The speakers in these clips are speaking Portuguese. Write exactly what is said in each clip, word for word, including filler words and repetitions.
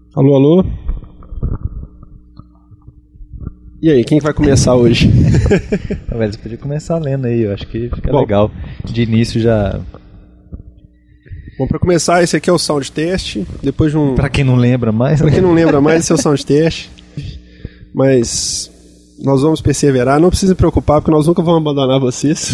Alô, alô? E aí, quem que vai começar hoje? Mas você podia começar lendo aí, eu acho que fica Bom, legal. De início já... Bom, pra começar, esse aqui é o sound test. Depois de um... Pra quem não lembra mais... Pra quem não lembra mais, esse é o sound test. Mas nós vamos perseverar, não precisa se preocupar, porque nós nunca vamos abandonar vocês.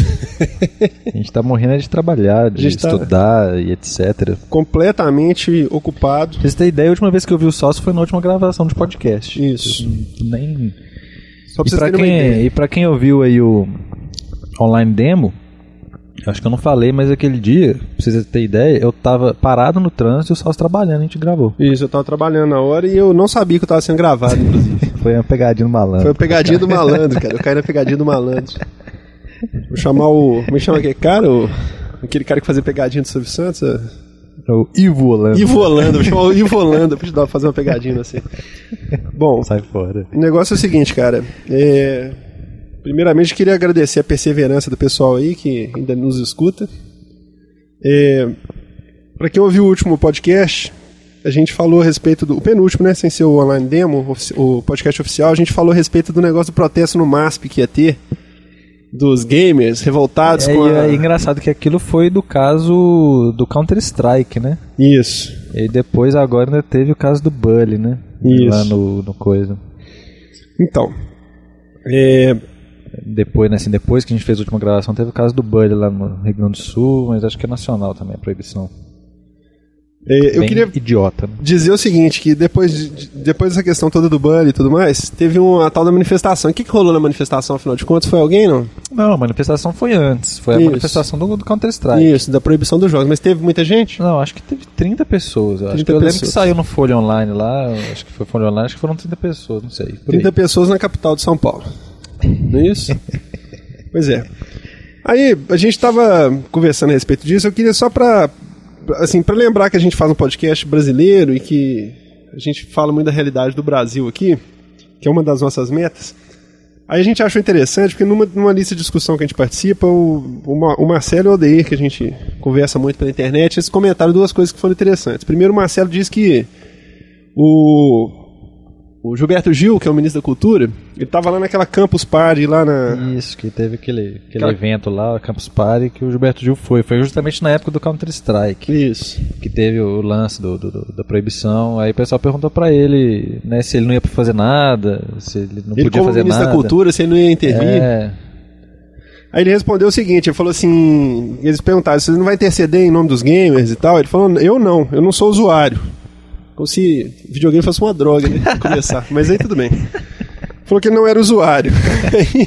A gente tá morrendo de trabalhar, de estudar tá... e etcétera. Completamente ocupado. Pra vocês terem ideia, a última vez que eu vi o Sócio foi na última gravação de podcast. Isso. Eu nem... Só pra e, vocês pra terem quem, uma ideia. e pra quem ouviu aí o online demo, acho que eu não falei, mas aquele dia, pra vocês terem ideia, eu tava parado no trânsito e o Sócio trabalhando, a gente gravou. Isso, eu tava trabalhando na hora e eu não sabia que eu tava sendo gravado, inclusive. Foi uma pegadinha do malandro. Foi uma pegadinha do malandro, cara. Eu caí na pegadinha do malandro. Vou chamar o... Como é que chama aquele cara? O... Aquele cara que fazia pegadinha do Silvio Santos? É o Ivo Holanda. Ivo Holanda. Vou chamar o Ivo Holanda pra te dar, fazer uma pegadinha assim. Bom, sai fora. O negócio é o seguinte, cara. É... Primeiramente, queria agradecer a perseverança do pessoal aí que ainda nos escuta. É... Pra quem ouviu o último podcast... A gente falou a respeito do... O penúltimo, né? Sem ser o online demo, o podcast oficial, a gente falou a respeito do negócio do protesto no MASP que ia ter, dos gamers revoltados é, com a... É engraçado que aquilo foi do caso do Counter-Strike, né? Isso. E depois, agora, ainda teve o caso do Bully, né? Isso. Lá no, no coisa. Então, é... Depois, né, assim, depois que a gente fez a última gravação, teve o caso do Bully lá no Rio Grande do Sul, mas acho que é nacional também a proibição. É, eu Bem queria idiota, né? dizer o seguinte, que depois, de, depois dessa questão toda do Bully e tudo mais, teve uma tal da manifestação. O que, que rolou na manifestação, afinal de contas? Foi alguém, não? Não, a manifestação foi antes. Foi Isso. a manifestação do, do Counter-Strike. Isso, da proibição dos jogos. Mas teve muita gente? Não, acho que teve trinta pessoas. Eu, acho trinta que eu lembro pessoas. que saiu no Folha Online lá, acho que foi Folha Online, acho que foram trinta pessoas, não sei. trinta pessoas na capital de São Paulo. Não é isso? Pois é. Aí, a gente estava conversando a respeito disso, eu queria só pra... Assim, para lembrar que a gente faz um podcast brasileiro e que a gente fala muito da realidade do Brasil aqui, que é uma das nossas metas, aí a gente achou interessante, porque numa, numa lista de discussão que a gente participa, o, o, o Marcelo e o Aldeir, que a gente conversa muito pela internet, eles comentaram duas coisas que foram interessantes. Primeiro, o Marcelo disse que o... O Gilberto Gil, que é o ministro da Cultura, ele estava lá naquela Campus Party, lá na... Isso, que teve aquele, aquele Aquela... evento lá, o Campus Party, que o Gilberto Gil foi. Foi justamente na época do Counter-Strike. Isso. Que teve o lance do, do, do, da proibição. Aí o pessoal perguntou pra ele, né, se ele não ia fazer nada, se ele não ele podia como fazer ministro nada. da Cultura, se ele não ia intervir. É... Aí ele respondeu o seguinte, ele falou assim, eles perguntaram, você não vai interceder em nome dos gamers e tal? Ele falou, eu não, eu não sou usuário. Como se videogame fosse uma droga, né? Pra começar. Mas aí tudo bem. Falou que ele não era usuário. Aí,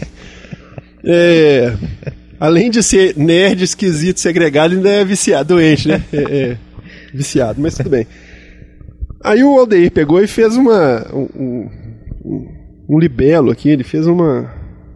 é, além de ser nerd, esquisito, segregado, ele ainda é viciado, doente, né? É, é, viciado, mas tudo bem. Aí o Aldeir pegou e fez uma... Um, um, um libelo aqui, ele fez uma...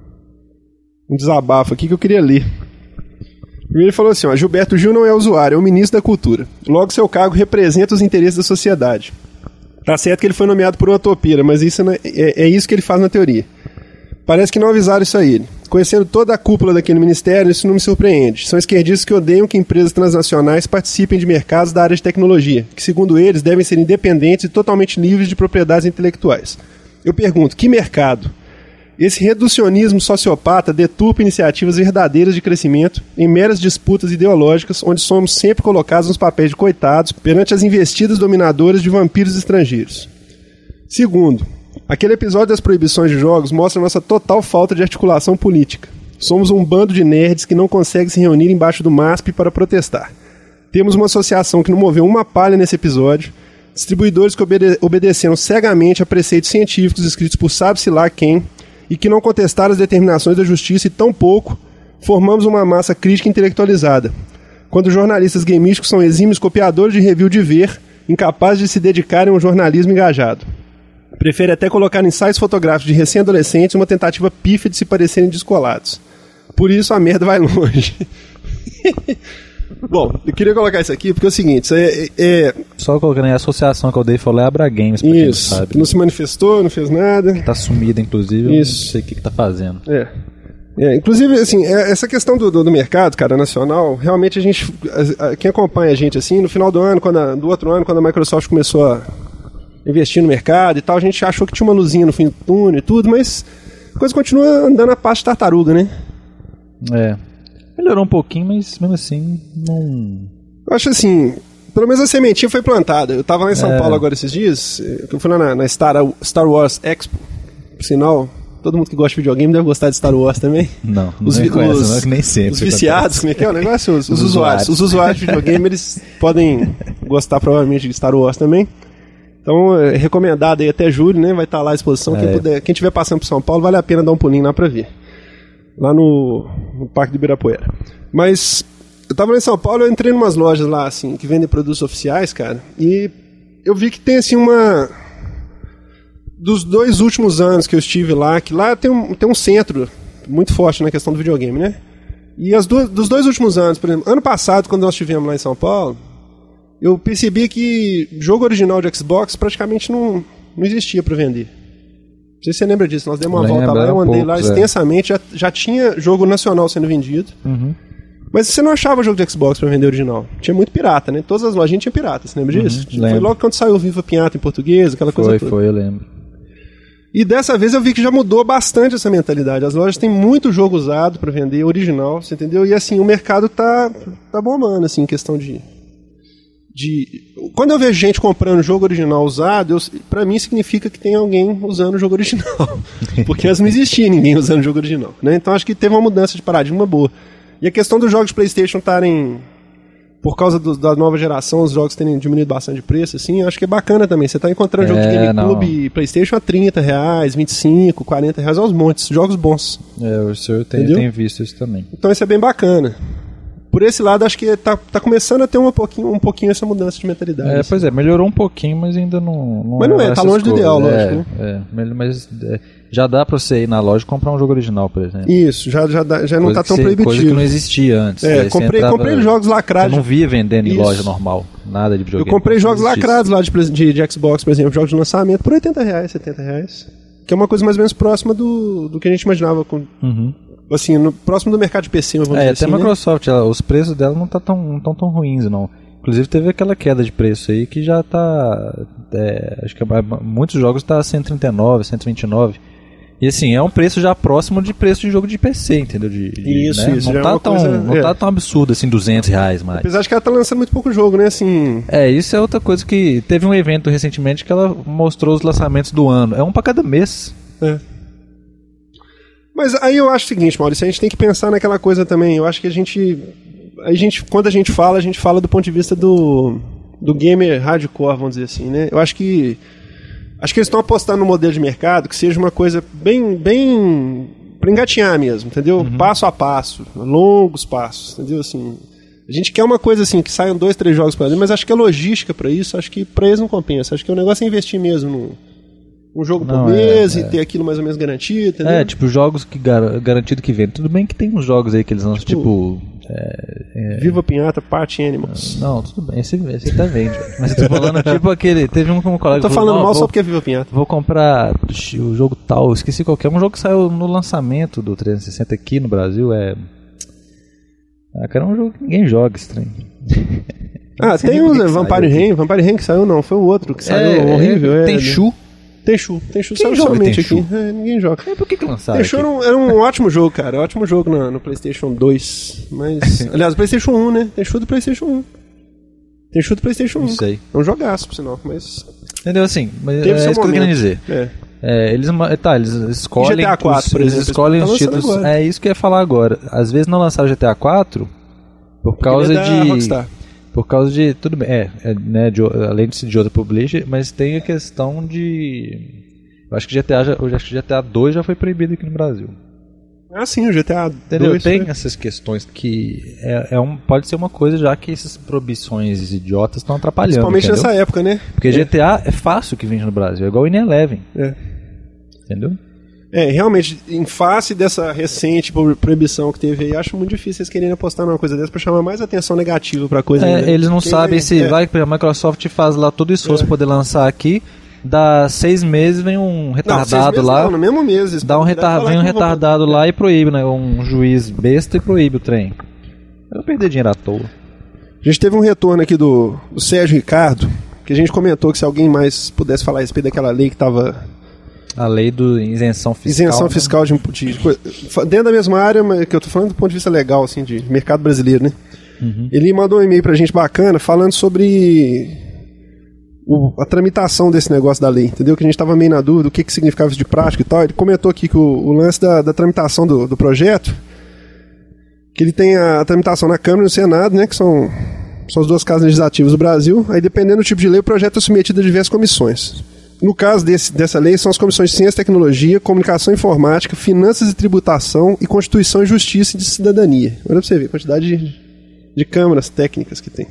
Um desabafo aqui que eu queria ler. Primeiro ele falou assim, ó, Gilberto Gil não é usuário, é o ministro da Cultura. Logo, seu cargo representa os interesses da sociedade. Tá certo que ele foi nomeado por uma topeira, mas isso não é, é, é isso que ele faz na teoria. Parece que não avisaram isso a ele. Conhecendo toda a cúpula daquele ministério, isso não me surpreende. São esquerdistas que odeiam que empresas transnacionais participem de mercados da área de tecnologia, que, segundo eles, devem ser independentes e totalmente livres de propriedades intelectuais. Eu pergunto, que mercado? Esse reducionismo sociopata deturpa iniciativas verdadeiras de crescimento em meras disputas ideológicas, onde somos sempre colocados nos papéis de coitados perante as investidas dominadoras de vampiros estrangeiros. Segundo, aquele episódio das proibições de jogos mostra nossa total falta de articulação política. Somos um bando de nerds que não consegue se reunir embaixo do MASP para protestar. Temos uma associação que não moveu uma palha nesse episódio, distribuidores que obede- obedeceram cegamente a preceitos científicos escritos por sabe-se lá quem, e que não contestaram as determinações da justiça e, tão pouco, formamos uma massa crítica intelectualizada. Quando jornalistas gamísticos são exímios copiadores de review de ver, incapazes de se dedicarem a um jornalismo engajado. Prefere até colocar ensaios fotográficos de recém-adolescentes uma tentativa pífia de se parecerem descolados. Por isso a merda vai longe. Bom, eu queria colocar isso aqui porque é o seguinte, isso é... é... Só colocando aí a associação que eu dei falou é Abra Games, pra quem não Isso, sabe. que não se manifestou, não fez nada. Tá sumida, inclusive, Isso. eu não sei o que, que tá fazendo. É. É, inclusive, assim, é, essa questão do, do, do mercado, cara, nacional, realmente a gente, a, a, quem acompanha a gente, assim, no final do ano, quando a, do outro ano, quando a Microsoft começou a, investir no mercado e tal. A gente achou que tinha uma luzinha no fim do túnel e tudo, mas a coisa continua andando a passo de tartaruga, né? É. Melhorou um pouquinho, mas mesmo assim não... Eu acho assim, pelo menos a sementinha foi plantada. Eu tava lá em São é. Paulo agora esses dias, eu fui lá na, na Star, Star Wars Expo, por sinal, todo mundo que gosta de videogame deve gostar de Star Wars também. Não, os, não conhece, os, não, nem sempre. Os viciados, como é que é o negócio? Os, os, os usuários. Os usuários de videogame, eles podem gostar provavelmente de Star Wars também. Então, é recomendado aí até julho, né? Vai estar lá a exposição. É. Quem puder, quem estiver passando por São Paulo, vale a pena dar um pulinho lá pra ver. Lá no, no Parque do Ibirapuera. Mas eu tava lá em São Paulo, eu entrei em umas lojas lá, assim, que vendem produtos oficiais, cara, e eu vi que tem, assim, uma... Dos dois últimos anos que eu estive lá, que lá tem um, tem um centro muito forte na questão do videogame, né? E as duas, dos dois últimos anos, por exemplo, ano passado, quando nós estivemos lá em São Paulo, eu percebi que jogo original de Xbox praticamente não, não existia para vender. Não sei se você lembra disso, nós demos uma Lembra volta lá, eu andei poucos, lá extensamente, é. já, já tinha jogo nacional sendo vendido, uhum. mas você não achava jogo de Xbox para vender original. Tinha muito pirata, né? Todas as lojinhas tinham pirata, você lembra disso? Uhum, foi logo quando saiu o Viva Pinhata em português, aquela foi, coisa toda. Foi, foi, eu lembro. E dessa vez eu vi que já mudou bastante essa mentalidade. As lojas têm muito jogo usado para vender, original, você entendeu? E assim, o mercado tá, tá bombando, assim, em questão de... De... Quando eu vejo gente comprando jogo original usado, eu... pra mim significa que tem alguém usando o jogo original. Porque antes não existia ninguém usando o jogo original, né? Então acho que teve uma mudança de paradigma boa. E a questão dos jogos de PlayStation estarem, por causa do, da nova geração, os jogos terem diminuído bastante de preço, assim, eu acho que é bacana também. Você tá encontrando é, jogo de GameCube e PlayStation a trinta reais, vinte e cinco, quarenta reais, aos montes, jogos bons. É, o senhor tem, tem visto isso também. Então isso é bem bacana. Por esse lado, acho que tá, tá começando a ter um pouquinho, um pouquinho essa mudança de mentalidade. É, assim. Pois é, melhorou um pouquinho, mas ainda não... não mas não é, é tá longe do ideal, lógico. É, né? é, mas é, já dá pra você ir na loja e comprar um jogo original, por exemplo. Isso, já, já, dá, já não tá tão você, proibitivo. Coisa que não existia antes. É, comprei, entrava, comprei jogos lacrados. Você não via vendendo em Isso. loja normal, nada de videogame. Eu comprei jogos lacrados lá de, de, de Xbox, por exemplo, jogos de lançamento por oitenta reais, setenta reais. Que é uma coisa mais ou menos próxima do, do que a gente imaginava com... Uhum. Assim, no, próximo do mercado de P C, vamos é, dizer assim. É, até a Microsoft, né? ela, os preços dela não estão tá tão, tão, tão ruins, não. Inclusive teve aquela queda de preço aí que já está... É, acho que muitos jogos estão tá cento e trinta e nove, cento e vinte e nove. E assim, é um preço já próximo de preço de jogo de P C, entendeu? De, de, isso, né? isso. Não, tá, é tão, coisa, não é. tá tão absurdo assim, duzentos reais mais. Apesar de que ela tá lançando muito pouco jogo, né? Assim... É, isso é outra coisa que... Teve um evento recentemente que ela mostrou os lançamentos do ano. É um para cada mês. É. Mas aí eu acho o seguinte, Maurício, a gente tem que pensar naquela coisa também. Eu acho que a gente, a gente, quando a gente fala, a gente fala do ponto de vista do, do gamer hardcore, vamos dizer assim, né? Eu acho que acho que eles estão apostando no modelo de mercado que seja uma coisa bem, bem para engatinhar mesmo, entendeu? Uhum. Passo a passo, longos passos, entendeu? Assim, a gente quer uma coisa assim que saiam dois, três jogos para ali, mas acho que a logística para isso, acho que para eles não compensa. Acho que o negócio é investir mesmo no um jogo por não, mês é, e é. ter aquilo mais ou menos garantido, entendeu? É, tipo, jogos que gar garantido que vendem. Tudo bem que tem uns jogos aí que eles lançam, tipo... tipo é, é... Viva Pinhata, Party Animals. Não, tudo bem, esse, esse até vende. Mas eu tô falando, tipo, aquele... Teve um como colega... Eu tô falando falou, mal vou, só porque é Viva Pinhata. Vou comprar o jogo tal, esqueci qualquer. Um jogo que saiu no lançamento do trezentos e sessenta aqui no Brasil, é... Ah, cara, é um jogo que ninguém joga, estranho. Ah, tem uns, Vampire Rain, Vampire Rain que saiu não, foi o outro que saiu é, horrível. É, tem Shu. Tenchu, Tenchu saiu somente aqui. É, ninguém joga. É, por que que lançaram Tenchu era um, era um ótimo jogo, cara. Ótimo jogo no, no PlayStation dois. Mas, aliás, PlayStation um, né? Tenchu do PlayStation um. Tenchu do PlayStation um. Não sei. É um jogaço, por sinal, mas... Entendeu? Assim, mas é isso que eu queria dizer. É. É, eles, tá, eles escolhem... G T A quatro, os, por eles exemplo, escolhem tá os títulos... Agora. É isso que eu ia falar agora. Às vezes não lançaram G T A quatro por causa de... Rockstar. Por causa de... Tudo bem, é, é né, de, além de ser de outra publisher, mas tem a questão de... Eu acho que G T A já, eu acho que G T A dois já foi proibido aqui no Brasil. Ah, sim, o G T A Entendeu? dois Tem foi... essas questões que é, é um, pode ser uma coisa já que essas proibições idiotas estão atrapalhando. Principalmente entendeu? nessa época, né? Porque é. G T A é fácil que vende no Brasil, é igual o Winning Eleven. É. Entendeu? É, realmente, em face dessa recente proibição que teve aí, acho muito difícil eles quererem apostar numa coisa dessa pra chamar mais atenção negativa pra coisa. É, né? Eles não Quem sabem é, se é. vai, a Microsoft faz lá todo esforço é. pra poder lançar aqui. Dá seis meses, vem um retardado não, lá. Não, no mesmo mês. Dá um retar vem um retardado lá e proíbe, né? Um juiz besta e proíbe o trem. Eu vou perder dinheiro à toa. A gente teve um retorno aqui do, do Sérgio Ricardo, que a gente comentou que se alguém mais pudesse falar a respeito daquela lei que estava... A lei do isenção fiscal. Isenção né? fiscal de, de, de dentro da mesma área, mas que eu tô falando do ponto de vista legal, assim, de mercado brasileiro, né? Uhum. Ele mandou um e-mail pra gente bacana falando sobre o, a tramitação desse negócio da lei, entendeu? Que a gente tava meio na dúvida do que, que significava isso de prática e tal. Ele comentou aqui que o, o lance da, da tramitação do, do projeto, que ele tem a, a tramitação na Câmara e no Senado, né? Que são, são as duas casas legislativas do Brasil. Aí, dependendo do tipo de lei, o projeto é submetido a diversas comissões. No caso desse, dessa lei, são as comissões de Ciência e Tecnologia, Comunicação e Informática, Finanças e Tributação e Constituição e Justiça e de Cidadania. Olha pra você ver a quantidade de, de câmaras técnicas que tem.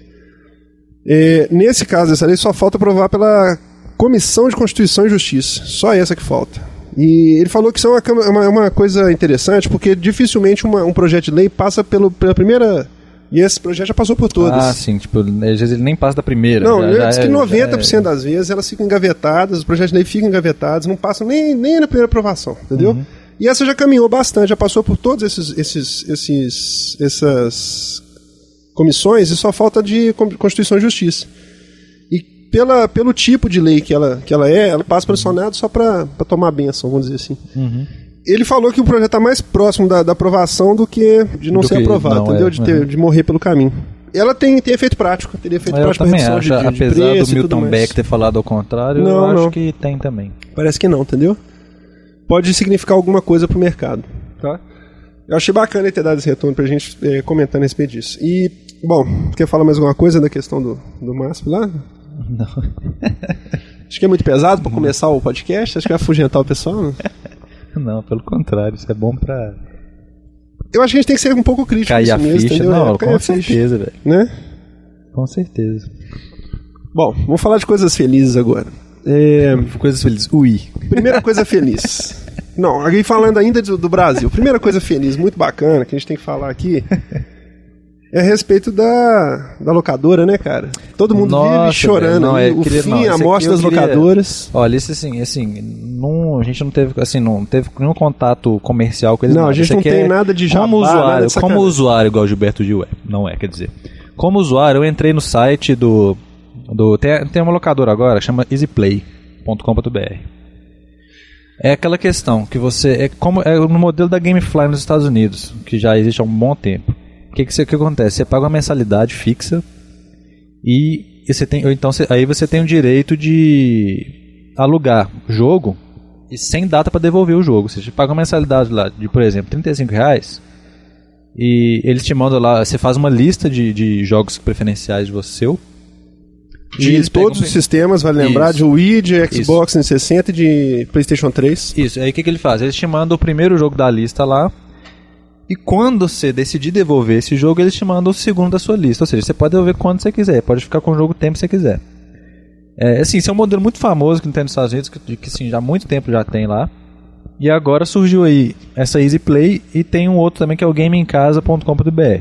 É, nesse caso dessa lei, só falta aprovar pela Comissão de Constituição e Justiça. Só essa que falta. E ele falou que isso é uma, uma, uma coisa interessante, porque dificilmente uma, um projeto de lei passa pelo, pela primeira... E esse projeto já passou por todas. Ah, sim, tipo, às vezes ele nem passa da primeira. Não, já, eu já disse que é, noventa por cento é... das vezes elas ficam engavetadas, os projetos de lei ficam engavetados, não passam nem, nem na primeira aprovação, entendeu? Uhum. E essa já caminhou bastante, já passou por todas esses, esses, esses, essas comissões e só falta de Constituição e Justiça. E pela, pelo tipo de lei que ela, que ela é, ela passa pelo Senado só para tomar a benção, vamos dizer assim. Uhum. Ele falou que o projeto está mais próximo da, da aprovação do que de não do ser aprovado, não, entendeu? É, de, ter, uhum. de morrer pelo caminho. Ela tem, tem efeito prático, teria efeito eu prático para redução acho, de, de, apesar de preço do Milton Beck ter falado ao contrário, não, eu acho não. que tem também. Parece que não, entendeu? Pode significar alguma coisa para o mercado, tá? Eu achei bacana ele ter dado esse retorno para a gente é, comentando a respeito disso. E, bom, quer falar mais alguma coisa da questão do, do M A S P lá? Não. Acho que é muito pesado para começar o podcast, acho que vai afugentar o pessoal, né? Não, pelo contrário, isso é bom pra... Eu acho que a gente tem que ser um pouco crítico cair a mesmo, ficha, entendeu? não, é, com certeza, velho. Né? Com certeza. Bom, vamos falar de coisas felizes agora. É... Coisas felizes, ui. Primeira coisa feliz. Não, alguém falando ainda do, do Brasil. Primeira coisa feliz, muito bacana, que a gente tem que falar aqui, é a respeito da, da locadora, né, cara? Todo mundo Nossa, vive chorando. não, é, o queria, fim, não, a morte das queria... locadoras. Olha, isso assim, assim não, a gente não teve, assim, não teve nenhum contato comercial com eles. Não, nada. a gente isso não tem é nada de jabá, como usuário, nada de como usuário, igual o Gilberto Gil é, não é, quer dizer. Como usuário, eu entrei no site do... do tem, tem uma locadora agora, chama easyplay ponto com ponto b r. É aquela questão que você... É como é no modelo da GameFly nos Estados Unidos, que já existe há um bom tempo. O que, que, que acontece? Você paga uma mensalidade fixa e você tem, ou então você, aí você tem o direito de alugar jogo e sem data para devolver o jogo. Você paga uma mensalidade lá de, por exemplo, trinta e cinco reais e eles te mandam lá, você faz uma lista de, de jogos preferenciais de você. De todos os sistemas, vale lembrar, Isso. de Wii, de Xbox Isso. trezentos e sessenta e de PlayStation três. Isso, aí o que, que ele faz? Eles te mandam o primeiro jogo da lista lá. E quando você decidir devolver esse jogo, eles te mandam o segundo da sua lista. Ou seja, você pode devolver quando você quiser. Pode ficar com o jogo o tempo que você quiser. É, assim, esse é um modelo muito famoso que não tem nos Estados Unidos, que, que sim, já há muito tempo já tem lá. E agora surgiu aí essa Easy Play e tem um outro também que é o game em casa ponto com ponto b r.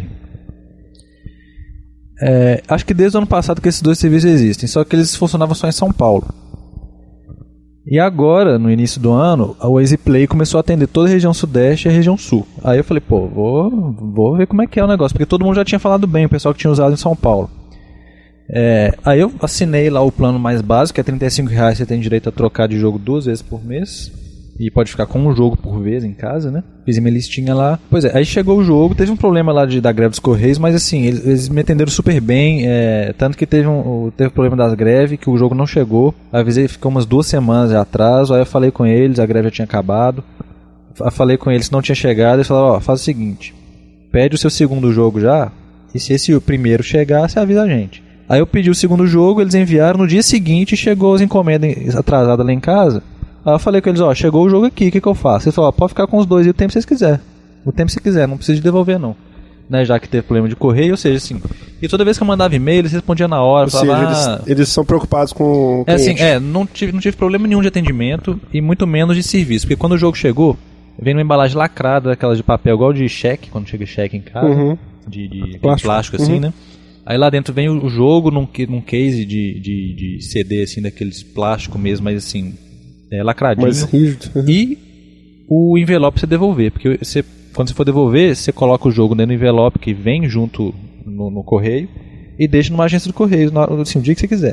É, acho que desde o ano passado que esses dois serviços existem, só que eles funcionavam só em São Paulo. E agora, no início do ano, a Easy Play começou a atender toda a região sudeste e a região sul. Aí eu falei, pô, vou, vou ver como é que é o negócio, porque todo mundo já tinha falado bem, o pessoal que tinha usado em São Paulo. É, aí eu assinei lá o plano mais básico, que é trinta e cinco reais, você tem direito a trocar de jogo duas vezes por mês. E pode ficar com um jogo por vez em casa, né? Fiz minha listinha lá. Pois é, aí chegou o jogo, teve um problema lá de, da greve dos Correios, mas assim, eles, eles me atenderam super bem, é, tanto que teve um teve problema das greves, que o jogo não chegou. Avisei, ficou umas duas semanas de atraso, aí eu falei com eles, a greve já tinha acabado. Eu falei com eles que não tinha chegado, eles falaram, ó, faz o seguinte, pede o seu segundo jogo já, e se esse primeiro chegar, você avisa a gente. Aí eu pedi o segundo jogo, eles enviaram, no dia seguinte chegou as encomendas atrasadas lá em casa. Aí eu falei com eles, ó, chegou o jogo aqui, o que, que eu faço? Eles falaram, ó, pode ficar com os dois e o tempo que vocês quiserem. O tempo que você quiser, não precisa de devolver não. Né, já que teve problema de correio, ou seja, assim... E toda vez que eu mandava e-mail, eles respondiam na hora. Ou falava, seja, ah, eles, eles são preocupados com o é cliente. assim, é, não tive, não tive problema nenhum de atendimento e muito menos de serviço. Porque quando o jogo chegou, vem numa embalagem lacrada, aquelas de papel, igual de cheque, quando chega cheque em casa. Uhum. De, de plástico, plástico assim, uhum. né? Aí lá dentro vem o jogo num, num case de, de, de C D, assim, daqueles plástico mesmo, mas assim... É, lacradinho. Mais rígido. Uhum. E o envelope você devolver. Porque você, quando você for devolver, você coloca o jogo dentro do envelope que vem junto no, no correio e deixa numa agência do correio, assim, o dia que você quiser.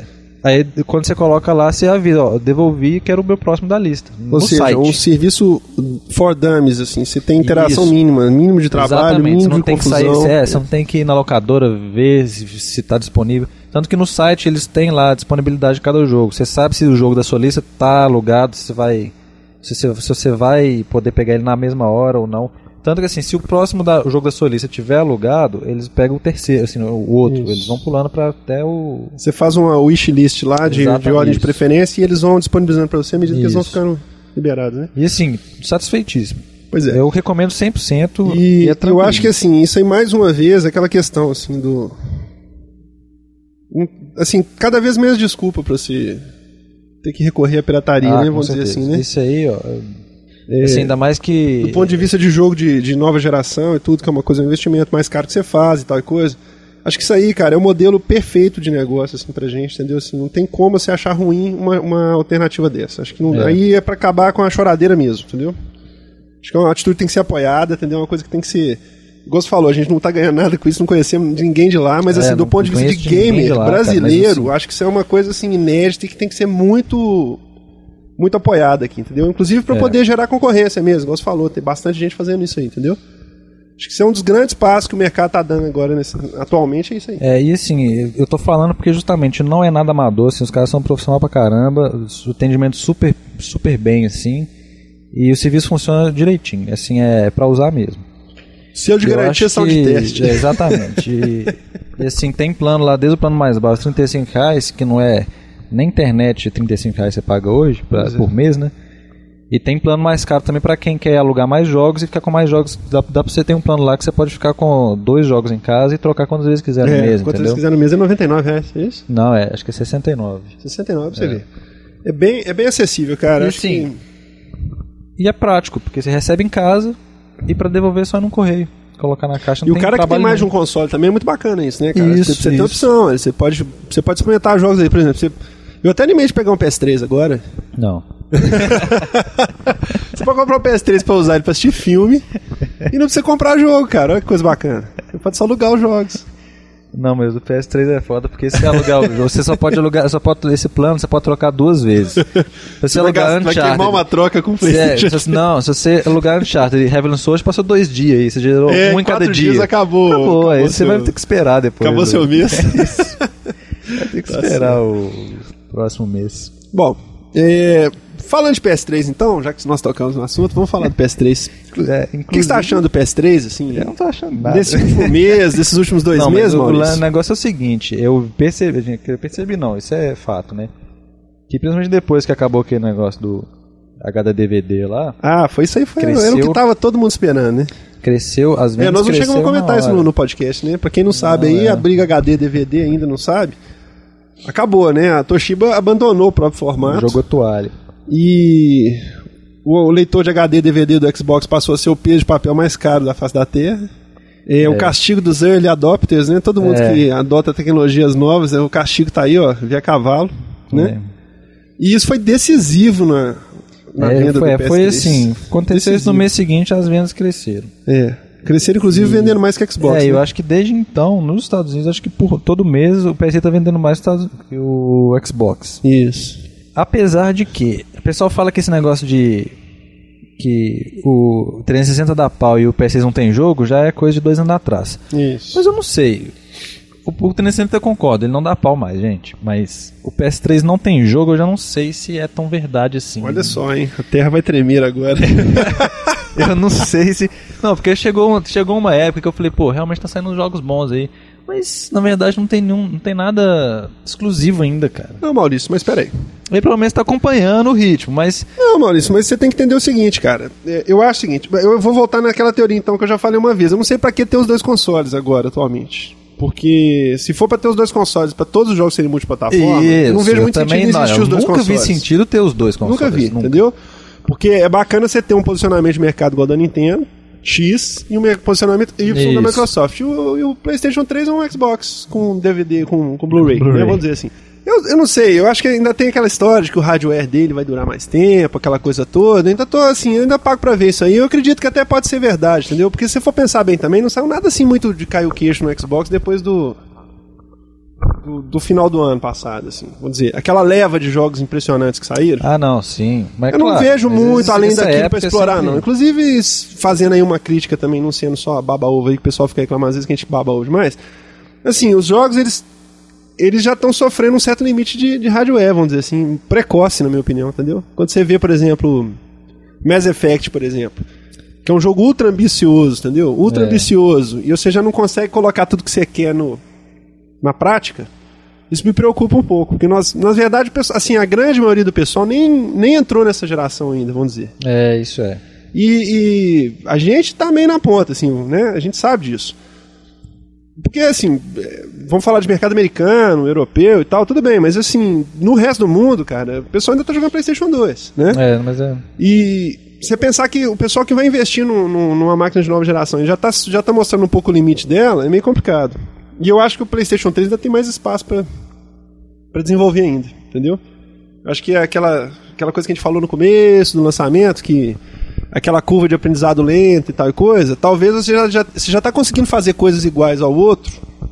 Aí quando você coloca lá, você avisa, ó, devolvi e quero o meu próximo da lista. Ou seja, site. um serviço for dummies, assim, você tem interação Isso. mínima, mínimo de trabalho, Exatamente. mínimo Você não de tem confusão. Que sair, é, você não tem que ir na locadora ver se está disponível. Tanto que no site eles têm lá a disponibilidade de cada jogo. Você sabe se o jogo da sua lista está alugado, se você vai, se, se, se você vai poder pegar ele na mesma hora ou não. Tanto que assim, se o próximo da, o jogo da sua lista tiver alugado, eles pegam o terceiro, assim, o outro. Isso. Eles vão pulando para até o... Você faz uma wishlist lá de, de ordem de preferência e eles vão disponibilizando para você à medida que eles vão ficando liberados, né? E assim, satisfeitíssimo. Pois é. Eu recomendo cem por cento. E, e é eu acho que assim, isso aí mais uma vez, aquela questão assim do... Assim, cada vez menos desculpa para você ter que recorrer à pirataria, ah, né? Vamos dizer certeza. assim, né? Isso aí, ó... É, assim, ainda mais que... Do ponto de vista de jogo de, de nova geração e tudo, que é uma coisa, um investimento mais caro que você faz e tal e coisa. Acho que isso aí, cara, é o modelo perfeito de negócio, assim, pra gente, entendeu? Assim, não tem como você achar ruim uma, uma alternativa dessa. Acho que não, é. Aí é pra acabar com a choradeira mesmo, entendeu? Acho que é uma atitude que tem que ser apoiada, entendeu? É uma coisa que tem que ser... Igual você falou, a gente não tá ganhando nada com isso, não conhecemos ninguém de lá, mas é, assim, do ponto de vista de, de gamer de lá, brasileiro, cara, assim... acho que isso é uma coisa, assim, inédita e que tem que ser muito... muito apoiada aqui, entendeu? Inclusive para é. poder gerar concorrência mesmo, igual você falou, tem bastante gente fazendo isso aí, entendeu? Acho que isso é um dos grandes passos que o mercado tá dando agora, nesse, atualmente, é isso aí. É, e assim, eu tô falando porque justamente não é nada amador, assim, os caras são profissionais pra caramba, o atendimento super, super bem, assim, e o serviço funciona direitinho, assim, é pra usar mesmo. Selo de garantia, sal de teste. É, exatamente. e, e assim, tem plano lá, desde o plano mais baixo, trinta e cinco reais, que não é... Na internet, trinta e cinco reais você paga hoje, pra, por é. mês, né? E tem plano mais caro também pra quem quer alugar mais jogos e ficar com mais jogos. Dá, dá pra você ter um plano lá que você pode ficar com dois jogos em casa e trocar quantas vezes quiser no é, mês, quantas entendeu? vezes quiser no mês é noventa e nove reais, é isso? Não, é, acho que é sessenta e nove. sessenta e nove pra você é. ver. É bem, é bem acessível, cara. E, acho assim, que... e é prático, porque você recebe em casa e pra devolver só no correio. Colocar na caixa, não e tem o cara que tem mais nenhum. de um console também é muito bacana isso, né, cara? Isso, você isso. tem opção, você pode, você pode experimentar jogos aí, por exemplo, você... Eu até animei de pegar um P S três agora. Não. Você pode comprar um P S três pra usar ele pra assistir filme e não precisa comprar jogo, cara. Olha que coisa bacana. Você pode só alugar os jogos. Não, mas o P S três é foda porque se você alugar o jogo, você só pode alugar, só pode esse plano, você pode trocar duas vezes. Se você, você alugar vai, Uncharted, vai queimar uma troca com o PlayStation. Se, não, se você alugar Uncharted e Heavenly Sword, passou dois dias aí, você gerou é, um em cada dia. Dias acabou. Acabou, acabou aí seu... você vai ter que esperar depois. Acabou do... seu mês. É isso. Vai ter que tá esperar certo. O próximo mês. Bom, é... falando de P S três então, já que nós tocamos no assunto, vamos falar do P S três. É, o que você está achando do P S três, assim? Eu não tô achando nada. Desse último mês, desses últimos dois não, meses, mano? Maurício? O negócio é o seguinte, eu percebi, eu percebi não, isso é fato, né? Que principalmente depois que acabou aquele negócio do H D D V D lá... Ah, foi isso aí, foi, cresceu, era o que tava todo mundo esperando, né? Cresceu, as vendas é, nós não chegamos a comentar isso no, no podcast, né? Pra quem não sabe não, aí, é. a briga H D D V D ainda não sabe, acabou, né? A Toshiba abandonou o próprio formato. Jogou toalha. E... o leitor de H D D V D do Xbox passou a ser o peso de papel mais caro da face da Terra. É, é. O castigo dos early adopters, né? Todo mundo é. que adota tecnologias novas, o castigo tá aí, ó, via cavalo, né? É. E isso foi decisivo na, na é, venda foi, do P S três. Foi assim, aconteceu isso no mês seguinte, as vendas cresceram. É, cresceram inclusive e... vendendo mais que Xbox. É, né? eu acho que desde então, nos Estados Unidos, acho que por todo mês o P S tá vendendo mais que o Xbox. Isso. Apesar de que, o pessoal fala que esse negócio de que o trezentos e sessenta dá pau e o P S seis não tem jogo, já é coisa de dois anos atrás. Isso. Mas eu não sei. O, o trezentos e sessenta eu concordo, ele não dá pau mais, gente. Mas o P S três não tem jogo, eu já não sei se é tão verdade assim. Olha só, hein? A Terra vai tremer agora. Eu não sei se... Não, porque chegou, chegou uma época que eu falei, pô, realmente tá saindo jogos bons aí. Mas, na verdade, não tem, nenhum, não tem nada exclusivo ainda, cara. Não, Maurício, mas peraí. Ele pelo menos tá acompanhando o ritmo, mas... Não, Maurício, mas você tem que entender o seguinte, cara. Eu acho o seguinte, eu vou voltar naquela teoria, então, que eu já falei uma vez. Eu não sei pra que ter os dois consoles agora, atualmente. Porque se for pra ter os dois consoles, pra todos os jogos serem multiplataforma, Isso, eu não vejo eu muito também sentido em existir não, os dois nunca consoles. Nunca vi sentido ter os dois consoles. Nunca vi, nunca. entendeu? Porque é bacana você ter um posicionamento de mercado igual da Nintendo, X, e um posicionamento Y Isso. da Microsoft. E o, e o PlayStation três é um Xbox com D V D, com, com Blu-ray, Blu-ray. Né? Vamos dizer assim. Eu, eu não sei, eu acho que ainda tem aquela história de que o hardware dele vai durar mais tempo, aquela coisa toda. Ainda tô assim, ainda pago pra ver isso aí. Eu acredito que até pode ser verdade, entendeu? Porque se você for pensar bem também, não saiu nada assim muito de cair o queixo no Xbox depois do do, do final do ano passado, assim, vamos dizer, aquela leva de jogos impressionantes que saíram. Ah, não, sim. Mas, eu claro, não vejo muito além daquilo pra explorar, sempre... não. Inclusive, fazendo aí uma crítica também, não sendo só a baba-ovo aí, que o pessoal fica reclamando às vezes que a gente baba-ovo demais. Assim, os jogos, eles, eles já estão sofrendo um certo limite de, de hardware, vamos dizer assim, precoce, na minha opinião, entendeu? Quando você vê, por exemplo, Mass Effect, por exemplo, que é um jogo ultra ambicioso, entendeu? Ultra é. ambicioso, e você já não consegue colocar tudo que você quer no, na prática. Isso me preocupa um pouco, porque nós, na verdade, assim, a grande maioria do pessoal nem, nem entrou nessa geração ainda, vamos dizer. É, isso é. E, e a gente tá meio na ponta, assim, né? A gente sabe disso. Porque, assim, vamos falar de mercado americano, europeu e tal, tudo bem, mas, assim, no resto do mundo, cara, o pessoal ainda tá jogando PlayStation dois, né? É, mas é... E você pensar que o pessoal que vai investir no, no, numa máquina de nova geração e já tá, já tá mostrando um pouco o limite dela, é meio complicado. E eu acho que o PlayStation três ainda tem mais espaço pra, pra desenvolver ainda, entendeu? Eu acho que é aquela, aquela coisa que a gente falou no começo do lançamento, que aquela curva de aprendizado lenta e tal e coisa, talvez você já, já, você já tá conseguindo fazer coisas iguais ao outro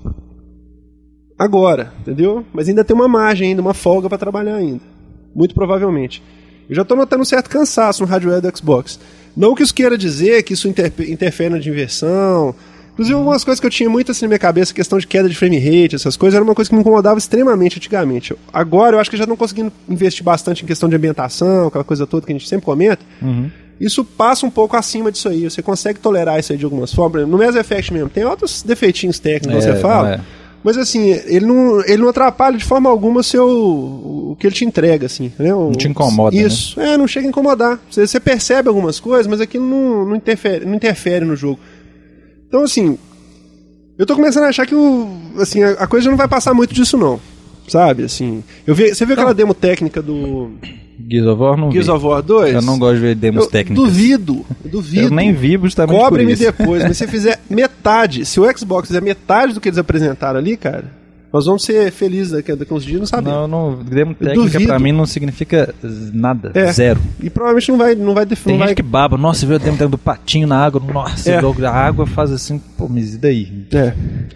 agora, entendeu? Mas ainda tem uma margem ainda, uma folga pra trabalhar ainda. Muito provavelmente. Eu já tô notando um certo cansaço no hardware do Xbox. Não que isso queira dizer que isso interfere, interfere na diversão. Inclusive, algumas coisas que eu tinha muito assim na minha cabeça, questão de queda de frame rate, essas coisas, era uma coisa que me incomodava extremamente antigamente. Agora, eu acho que já estão conseguindo investir bastante em questão de ambientação, aquela coisa toda que a gente sempre comenta. Uhum. Isso passa um pouco acima disso aí. Você consegue tolerar isso aí de algumas formas. No Mass Effect mesmo, tem outros defeitinhos técnicos, é, você fala. É. Mas assim, ele não, ele não atrapalha de forma alguma o, seu, o que ele te entrega, assim. Né? O, não te incomoda, isso, né? É, não chega a incomodar. Você, você percebe algumas coisas, mas aquilo não, não, interfere, não interfere no jogo. Então, assim, eu tô começando a achar que o, assim, a, a coisa já não vai passar muito disso, não. Sabe, assim... Eu vi, você viu aquela demo técnica do... Gears of War não Gears vi. of War dois? Eu não gosto de ver demos eu técnicas. Duvido, eu duvido. Eu nem vi justamente Cobre-me por isso. depois, mas se você fizer metade, se o Xbox fizer metade do que eles apresentaram ali, cara, nós vamos ser felizes daqui, daqui a uns dias, não sabemos. Não, não, demo técnica pra mim não significa nada, é, zero. E provavelmente não vai não vai Tem não gente vai... que baba, nossa, você viu a demo técnica do patinho na água, nossa, é. a água faz assim, pô, mas e daí? É.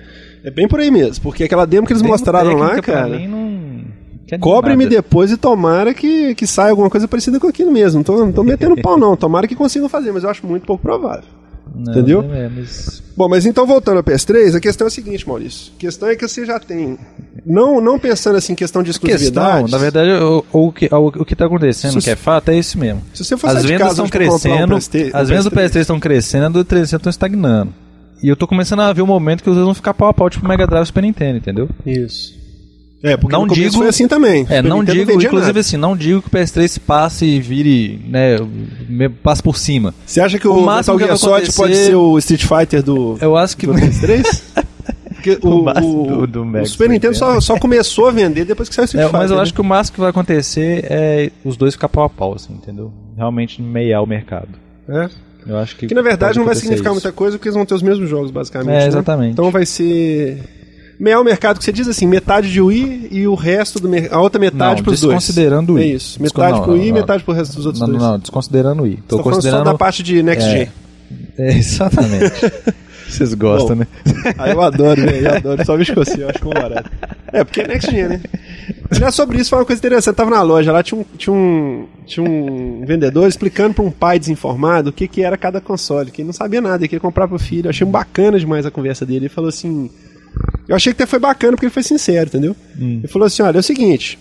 É bem por aí mesmo, porque aquela demo que eles demo mostraram lá, cara... Pra mim não... Cobre-me depois e tomara que, que saia alguma coisa parecida com aquilo mesmo. Não tô, não tô metendo pau, não. Tomara que consigam fazer, mas eu acho muito pouco provável. Não, entendeu? É, mas... Bom, mas então voltando ao P S três, a questão é a seguinte, Maurício. A questão é que você já tem. Não, não pensando assim em questão de exclusividade. Questão, na verdade, o, o, que, o, o que está acontecendo, que é fato, é isso mesmo. Se você for as vendas estão crescendo, um as vendas do P S três estão crescendo, do trezentos estão estagnando. E eu tô começando a ver o momento que os dois vão ficar pau a pau, tipo Mega Drive e Super Nintendo, entendeu? Isso. É, porque não no digo, foi assim também. É, não digo, inclusive nada. assim, não digo que o P S três passe e vire, né, passe por cima. Você acha que o, o Metal Gear Solid pode ser o Street Fighter do, eu acho que do P S três? Porque o, o, o, do, do o Super Nintendo só, só começou a vender depois que saiu o Street é, Fighter. Mas eu né? acho que o máximo que vai acontecer é os dois ficar pau a pau, assim, entendeu? Realmente meiar o mercado. É. Eu acho que, que na verdade não vai significar isso. muita coisa porque eles vão ter os mesmos jogos, basicamente. É, exatamente. Né? Então vai ser... Meiar o mercado, que você diz assim, metade de Wii e o resto do mercado, a outra metade para os dois. Desconsiderando o Wii. É isso, metade não, pro Wii e não, metade pro resto dos outros não, dois. Não, não, desconsiderando o Wii. Tô Você considerando só da parte de Next Gen. É, é exatamente. Vocês gostam, Bom, né? Ah, eu adoro, né? Eu adoro, só me escocei, eu acho que é barato. É, porque é Next Gen, né? Já sobre isso foi uma coisa interessante, eu tava na loja, lá tinha um, tinha um, tinha um vendedor explicando para um pai desinformado o que, que era cada console, que ele não sabia nada, ele queria comprar pro filho. Eu achei bacana demais a conversa dele, ele falou assim... Eu achei que até foi bacana porque ele foi sincero, entendeu? Hum. Ele falou assim, olha, é o seguinte,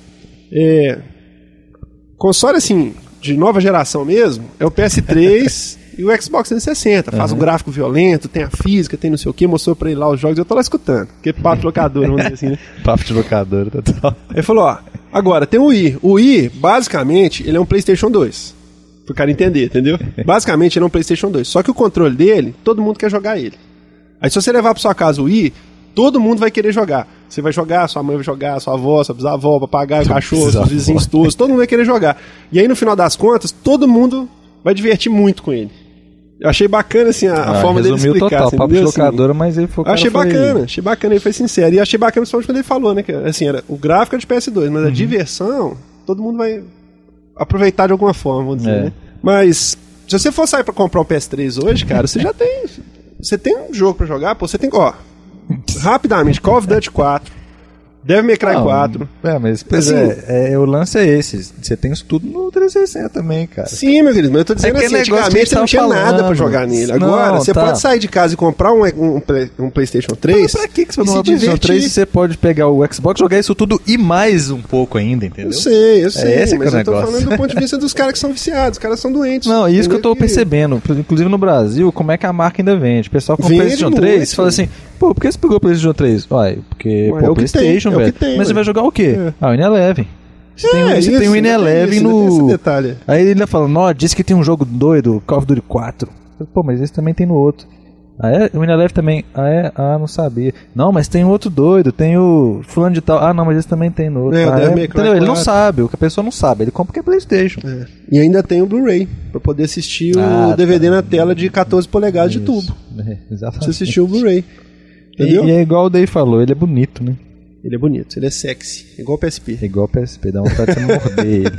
é, console assim, de nova geração mesmo, é o P S três e o Xbox trezentos e sessenta. Faz uhum. um gráfico violento, tem a física, tem não sei o que, mostrou pra ele lá os jogos, eu tô lá escutando. Que papo de locador, vamos dizer assim, né? Papo de locador, total. Ele falou, ó, agora tem o Wii. O Wii, basicamente, ele é um PlayStation dois. Pro cara entender, entendeu? Basicamente, ele é um PlayStation dois. Só que o controle dele, todo mundo quer jogar ele. Aí se você levar pra sua casa o Wii, todo mundo vai querer jogar. Você vai jogar, sua mãe vai jogar, sua avó, sua bisavó, papagaio, cachorro, seus vizinhos todos, todo mundo vai querer jogar. E aí, no final das contas, todo mundo vai divertir muito com ele. Eu achei bacana, assim, a, a ah, forma dele explicar. Total, assim, papo de locadora, assim, mas ele foi... Eu achei foi... bacana, achei bacana, ele foi sincero. E achei bacana, principalmente quando ele falou, né, que assim, era, o gráfico é de P S dois, mas uhum. a diversão, todo mundo vai aproveitar de alguma forma, vamos dizer, é. né? Mas, se você for sair pra comprar um P S três hoje, cara, você já tem... Você tem um jogo pra jogar, pô, você tem... Ó, rapidamente, Call of Duty quatro, Devil May Cry Não, quatro. É, mas pois Assim, é, é, o lance é esse. Você tem isso tudo no trezentos e sessenta também, cara. Sim, meu querido, mas eu tô dizendo Aquele assim, negócio que a antigamente gente você não tinha tava nada pra falando. jogar nele. Não, Agora, você tá. pode sair de casa e comprar um, um, Play- um PlayStation três. Mas pra que, que você e não se vai PlayStation divertir. três se você pode pegar o Xbox, jogar isso tudo e mais um pouco ainda, entendeu? Eu sei, eu sei, esse que mas é o eu tô negócio. falando do ponto de vista dos caras que são viciados, os caras são doentes. Não, isso que eu tô entendeu? percebendo. Inclusive no Brasil, como é que a marca ainda vende? O pessoal com o Vende PlayStation muito. três fala assim, pô, por que você pegou o PlayStation três? Uai, porque, Ué, pô, é o que PlayStation, tem, é o velho. que tem, Mas você ué. vai jogar o quê? É. Ah, o Ineleven. Você tem, É, você isso, tem o ainda tem Ineleven isso, ainda tem esse no... detalhe. Aí ele ainda fala, não, disse que tem um jogo doido, Call of Duty quatro. Pô, mas esse também tem no outro. Ah, é? O Ineleven também. Ah, é? Ah, não sabia. Não, mas tem outro doido, tem o fulano de tal. Ah, não, mas esse também tem no outro. É, o ah, Devil é? May Cry Entendeu? Ele não quatro. sabe, o que a pessoa não sabe. Ele compra porque é PlayStation. É. E ainda tem o Blu-ray, pra poder assistir Ah, o D V D tá. na tela de catorze polegadas de Isso. tubo. É, exatamente. Você assistiu o Blu-ray. E, Entendeu? e é igual o Dave falou, ele é bonito, né? Ele é bonito, ele é sexy, igual o P S P. É igual o P S P, dá vontade de você morder ele.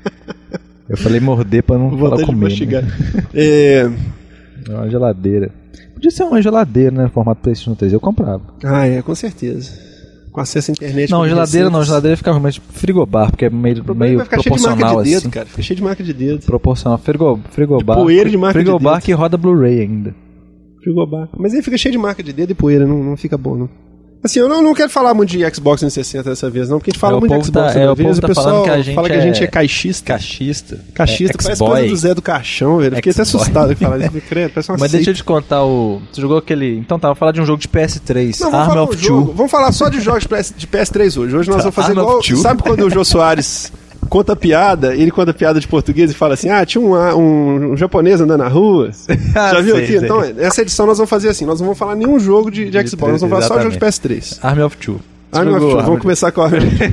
Eu falei morder pra não falar Vontade de comer. mastigar. Né? É... É uma geladeira. Podia ser uma geladeira, né? Formato PlayStation três, eu comprava. Ah, é, com certeza. Com acesso à internet. Não, com geladeira não, receitas. geladeira fica ruim, mas frigobar, porque é meio, O problema meio vai ficar cheio de marca proporcional de dedo, assim. cara. Fica cheio de marca de dedo. Proporcional. Frigo, frigobar. De poeira de marca de frigobar dedo. que roda Blu-ray ainda. Frigobar. Mas aí fica cheio de marca de dedo e poeira, não, não fica bom, não. Assim, eu não, não quero falar muito de Xbox trezentos e sessenta dessa vez, não, porque a gente fala É, o muito de povo Xbox tá- é, toda o vez, povo o tá pessoal falando que a gente fala que a é gente é caixista. Caixista. Caixista, é, parece X-boy. coisa do Zé do Caixão, velho. Fiquei até X-boy. assustado de falar isso. Credo, parece uma Mas deixa eu seita. te contar o... Você jogou aquele... Então tá, vou falar de um jogo de P S três, Não, vamos Army falar of um jogo. Two. Vamos falar só de jogos de P S de P S três hoje. Hoje nós vamos fazer Arm of igual... Two. Sabe quando o Jô Soares conta piada, ele conta piada de português e fala assim, ah, tinha um, um, um japonês andando na rua. Já viu Sei, aqui? sei. Então, essa edição nós vamos fazer assim, nós não vamos falar nenhum jogo de, de De Xbox, nós vamos falar só de jogo de P S três. Army of Two. Você Army of jogou Two, Army vamos of- começar com a Army of Two.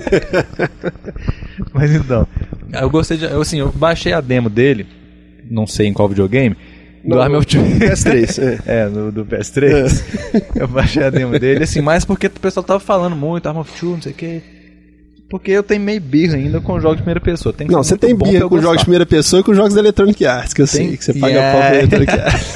Mas então, eu gostei de... Eu, assim, eu baixei a demo dele, não sei em qual videogame, do Não, Army of Two. P S três, é. É, no, do P S três. Eu baixei a demo dele, assim, mais porque o pessoal tava falando muito, Arm of Two, não sei o que. Porque eu tenho meio birra ainda com jogos de primeira pessoa. Tem que Não, ser você muito tem bom birra pra eu com jogos de gostar. primeira pessoa e com jogos da Electronic Arts, que eu Tem- sei que você paga Yeah. pau pra Electronic Arts.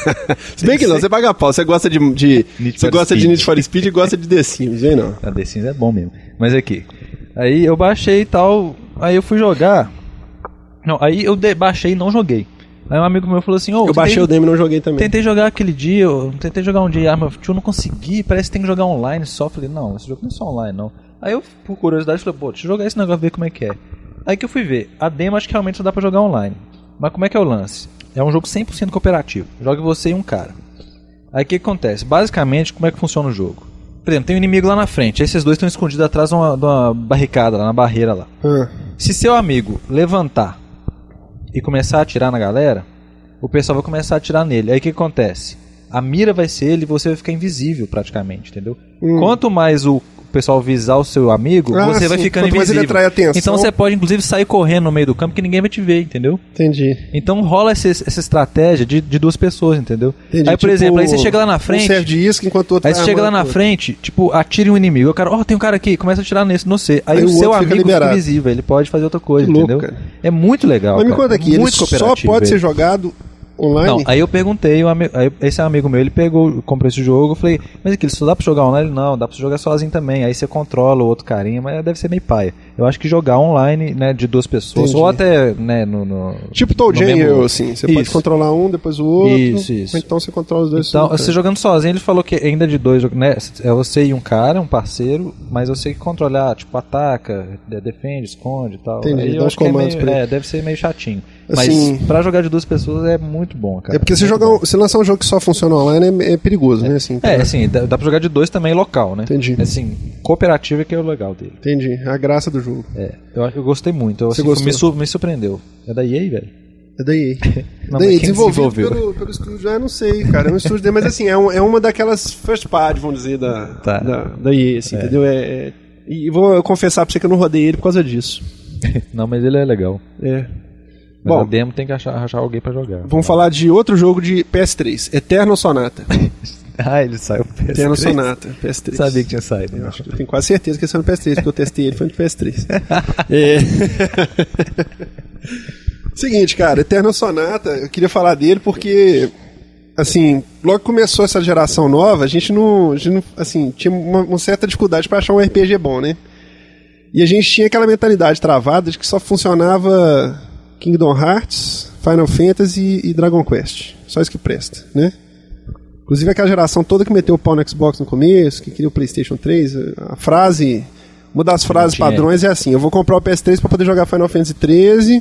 Se bem que não, você paga pau, você gosta de, de Need você for gosta de Speed. Need for Speed e gosta de The Sims, vem não. A The Sims é bom mesmo. Mas aqui. Aí eu baixei e tal. Aí eu fui jogar. Não, aí eu de- baixei e não joguei. Aí um amigo meu falou assim: Ô, Eu baixei o demo e não joguei também. Tentei jogar aquele dia, eu tentei jogar um dia Arm of Two, não consegui, parece que tem que jogar online só. Eu falei, não, esse jogo não é só online, não. Aí eu, por curiosidade, falei, pô, deixa eu jogar esse negócio, ver como é que é. Aí que eu fui ver, a demo acho que realmente só dá pra jogar online. Mas como é que é o lance? É um jogo cem por cento cooperativo, joga você e um cara. Aí o que, que acontece? Basicamente, como é que funciona o jogo? Por exemplo, tem um inimigo lá na frente, aí esses dois estão escondidos atrás de uma, de uma barricada, lá na barreira lá. Ah, Se seu amigo levantar e começar a atirar na galera, o pessoal vai começar a atirar nele. Aí o que acontece? A mira vai ser ele e você vai ficar invisível praticamente, entendeu? Hum. Quanto mais o pessoal visar o seu amigo, Ah, você vai sim. ficando Quanto mais ele invisível. atrai atenção. Então você pode inclusive sair correndo no meio do campo que ninguém vai te ver, entendeu? entendi. Então rola esse- essa estratégia de, de duas pessoas, entendeu? entendi. Aí, por Tipo, exemplo, aí você chega lá na Um frente, serve de isca enquanto o outro aí vai você chega lá armando na o frente, tipo, atire um inimigo. O cara, ó, tem um cara aqui, começa a atirar nesse, no você. Aí, Aí o o seu outro fica amigo fica liberado. invisível, ele pode fazer outra coisa, Que louco, entendeu? cara. É muito legal. Mas me cara. conta aqui, ele muito só cooperativo, pode ser ele. jogado online? Não, aí eu perguntei, o ami- aí esse amigo meu, ele pegou, comprou esse jogo, eu falei, mas aqui, só dá pra jogar online? Ele, não, dá pra jogar sozinho também, aí você controla o outro carinha, mas deve ser meio paia. Eu acho que jogar online, né, de duas pessoas, Entendi. ou até, né, no... no Tipo Toe no Jam e mesmo- eu, assim. Você pode Isso. controlar um, depois o outro. Isso, isso. Ou então você controla os dois. Então, simultâneos. você jogando sozinho, ele falou que ainda de dois, né, é você e um cara, um parceiro, mas eu sei que controlar, tipo, ataca, de- defende, esconde e tal. Entendi, Aí dá eu uns acho que é, comandos meio, pra ele. é, deve ser meio chatinho. Assim- Mas pra jogar de duas pessoas é muito bom, cara. É porque se Muito jogar bom. um, se lançar um jogo que só funciona online é, é perigoso, né? Assim, É, pra- assim, dá, dá pra jogar de dois também local, né? Entendi. Assim, cooperativo é que é o legal dele. Entendi. A graça do jogo. É, eu, acho- eu gostei muito. Eu, Você assim, gostou? me, su- me surpreendeu. É da E A, velho? É da E A. Não, da E A, mas quem desenvolvido desenvolveu? pelo, pelo estúdio, ah, não sei, cara. É um estúdio dele, mas assim, é, um- é uma daquelas first party, vamos dizer, da, Tá. da, da E A, assim, entendeu? É, é- e vou confessar pra você que eu não rodei ele por causa disso. Não, mas ele é legal. É. Mas Bom, a demo tem que achar, achar alguém pra jogar. vamos falar de outro jogo de P S três, Eternal Sonata. Ah, ele saiu P S três. Eternal Sonata, P S três. Sabia que tinha saído. Eu Né? acho que eu tenho quase certeza que esse é no P S três, porque eu testei ele, foi no P S três. É. Seguinte, cara, Eternal Sonata, eu queria falar dele porque, assim, logo que começou essa geração nova, a gente não, a gente não assim, tinha uma, uma certa dificuldade para achar um R P G bom, né? E a gente tinha aquela mentalidade travada de que só funcionava Kingdom Hearts, Final Fantasy e Dragon Quest. Só isso que presta, né? Inclusive aquela geração toda que meteu o pau no Xbox no começo, que queria o PlayStation três, a frase, uma das frases padrões é assim: eu vou comprar o P S três para poder jogar Final Fantasy treze,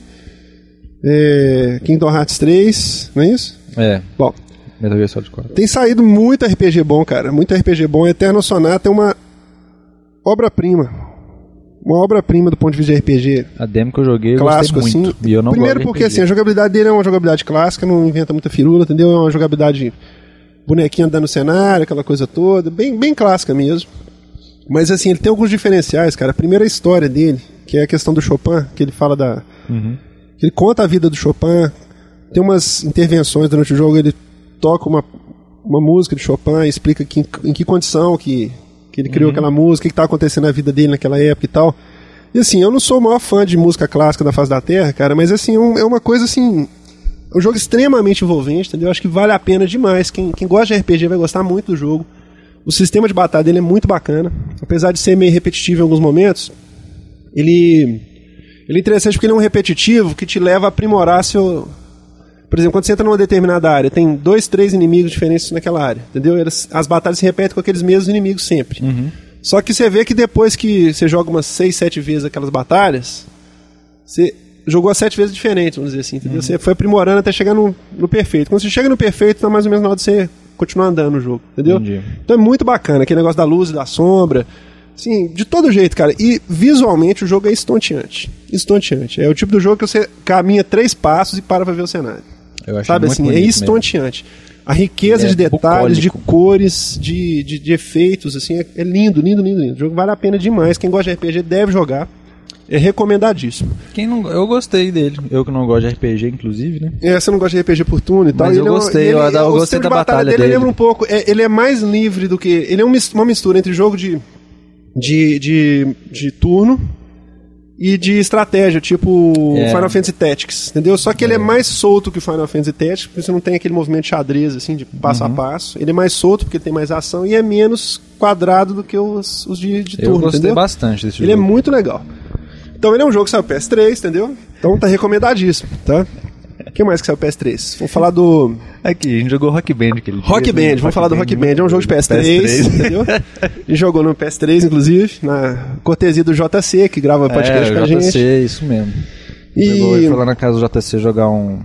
é, Kingdom Hearts três, não é isso? É. Bom, Metal Gear Solid quatro. Tem saído muito R P G bom, cara. Muito R P G bom. Eterno Sonata é uma obra-prima. Uma obra-prima do ponto de vista de R P G. A demo que eu joguei, eu clássico, gostei muito. Assim. E eu não Primeiro porque assim, a jogabilidade dele é uma jogabilidade clássica, não inventa muita firula, entendeu? É uma jogabilidade bonequinho andando no cenário, aquela coisa toda. Bem, bem clássica mesmo. Mas assim, ele tem alguns diferenciais, cara. A primeira é a história dele, que é a questão do Chopin, que ele fala da... Uhum. Ele conta a vida do Chopin. Tem umas intervenções durante o jogo, ele toca uma, uma música de Chopin, explica que, em, em que condição que, que ele criou uhum. aquela música, o que está acontecendo na vida dele naquela época e tal. E assim, eu não sou o maior fã de música clássica da face da Terra, cara, mas assim, um, é uma coisa assim, é um jogo extremamente envolvente, entendeu? Acho que vale a pena demais. Quem, quem gosta de R P G vai gostar muito do jogo. O sistema de batalha dele é muito bacana, apesar de ser meio repetitivo em alguns momentos. Ele, ele é interessante porque ele é um repetitivo que te leva a aprimorar seu... Por exemplo, quando você entra numa determinada área, tem dois, três inimigos diferentes naquela área, entendeu? Elas, as batalhas se repetem com aqueles mesmos inimigos sempre. Uhum. Só que você vê que depois que você joga umas seis, sete vezes aquelas batalhas, você jogou as sete vezes diferentes, vamos dizer assim, entendeu? Uhum. Você foi aprimorando até chegar no, no perfeito. Quando você chega no perfeito, tá mais ou menos na hora de você continuar andando no jogo, entendeu? Entendi. Então é muito bacana, aquele negócio da luz e da sombra. Assim, de todo jeito, cara. E visualmente o jogo é estonteante. Estonteante. É o tipo do jogo que você caminha três passos e para pra ver o cenário. Eu acho Sabe assim, é estonteante. Mesmo. A riqueza é de detalhes, bucólico. de cores, de, de, de efeitos, assim, é, é lindo, lindo, lindo, lindo. O jogo vale a pena demais. Quem gosta de R P G deve jogar. É recomendadíssimo. Quem não, eu gostei dele. Eu que não gosto de R P G, inclusive, né? É, você não gosta de R P G por turno e tal. Mas eu ele gostei, é, eu, ele, eu, eu o gostei da de batalha, batalha dele. dele. Lembra um pouco, é, ele é mais livre do que... Ele é uma mistura entre jogo de, de, de, de turno e de estratégia, tipo é. Final Fantasy Tactics, entendeu? Só que ele é. é mais solto que o Final Fantasy Tactics, porque você não tem aquele movimento de xadrez, assim, de passo uhum. a passo. Ele é mais solto porque ele tem mais ação e é menos quadrado do que os, os de, de turno, Eu gostei entendeu? bastante desse ele jogo. Ele é muito legal. Então ele é um jogo que saiu P S três, entendeu? Então tá recomendadíssimo, tá? O que mais que saiu P S três? Vamos falar do... Aqui, a gente jogou Rock Band aquele dia. Rock Band, vamos Rock falar do Rock Band. É um jogo de P S três, P S três. Entendeu? A gente jogou no P S três, inclusive, na cortesia do J C, que grava podcast é, com a gente. J C, isso mesmo. E... Jogou, foi lá na casa do J C jogar um...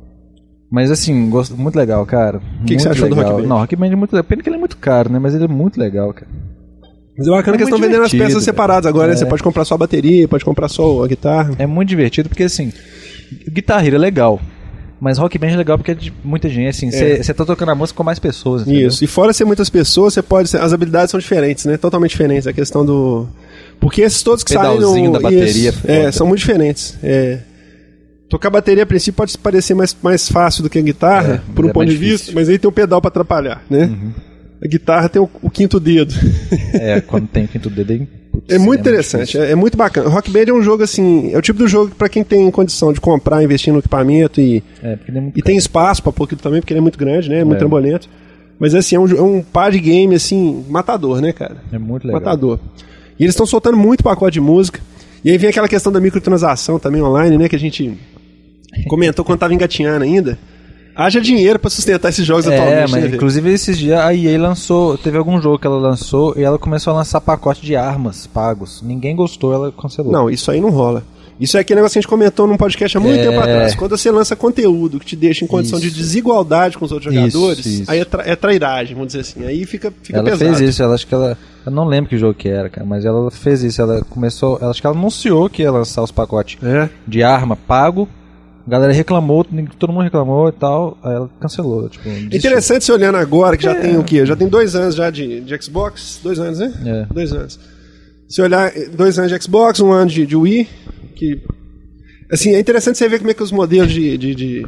Mas assim, gosto, muito legal, cara. O que, que você achou legal. do Rock Band? Não, Rock Band é muito legal. Pena que ele é muito caro, né? Mas ele é muito legal, cara. Mas é bacana é que eles estão vendendo as peças separadas agora, é. né? Você pode comprar só a bateria, pode comprar só a guitarra. É muito divertido, porque assim, Guitar Hero é legal, mas Rock Band é legal porque é de muita gente, assim, você é. tá tocando a música com mais pessoas, entendeu? Isso, e fora ser muitas pessoas, você pode, as habilidades são diferentes, né? Totalmente diferentes, a questão do... Porque esses todos que saem no... da bateria. Isso, é, são muito diferentes, é... Tocar bateria a princípio pode parecer mais, mais fácil do que a guitarra, é, por um é ponto de difícil. vista, mas aí tem o pedal pra atrapalhar, né? Uhum. A guitarra tem o, o quinto dedo. É, quando tem o quinto dedo aí... É muito é interessante, muito é, é muito bacana. Rock Band é um jogo assim, é o tipo do jogo pra quem tem condição de comprar, investir no equipamento e, é, é e tem espaço pra pôr aquilo também, porque ele é muito grande, né? É muito é. trambolento. Mas assim, é um, é um par de game assim, matador, né, cara? É muito legal. Matador. E eles estão soltando muito pacote de música. E aí vem aquela questão da microtransação também online, né? Que a gente comentou quando tava engatinhando ainda. Haja dinheiro pra sustentar esses jogos é, atualmente. Mas, né, inclusive esses dias a E A lançou, teve algum jogo que ela lançou e ela começou a lançar pacote de armas pagos. Ninguém gostou, ela cancelou. Não, isso aí não rola. Isso é aquele negócio que a gente comentou num podcast há muito é... tempo atrás. Quando você lança conteúdo que te deixa em condição isso. de desigualdade com os outros jogadores, isso, isso. aí é, tra é trairagem, vamos dizer assim. Aí fica, fica ela pesado. Ela fez isso, ela acho que ela... Eu não lembro que jogo que era, cara, mas ela fez isso. Ela começou... Ela, acho que ela anunciou que ia lançar os pacotes é. de arma pago. A galera reclamou, todo mundo reclamou e tal, aí ela cancelou. Tipo, interessante você olhando agora, que já é. tem o quê? Já tem dois anos já de, de Xbox, dois anos, né? É. Dois anos. Se olhar, dois anos de Xbox, um ano de, de Wii, que... Assim, é interessante você ver como é que os modelos de, de, de,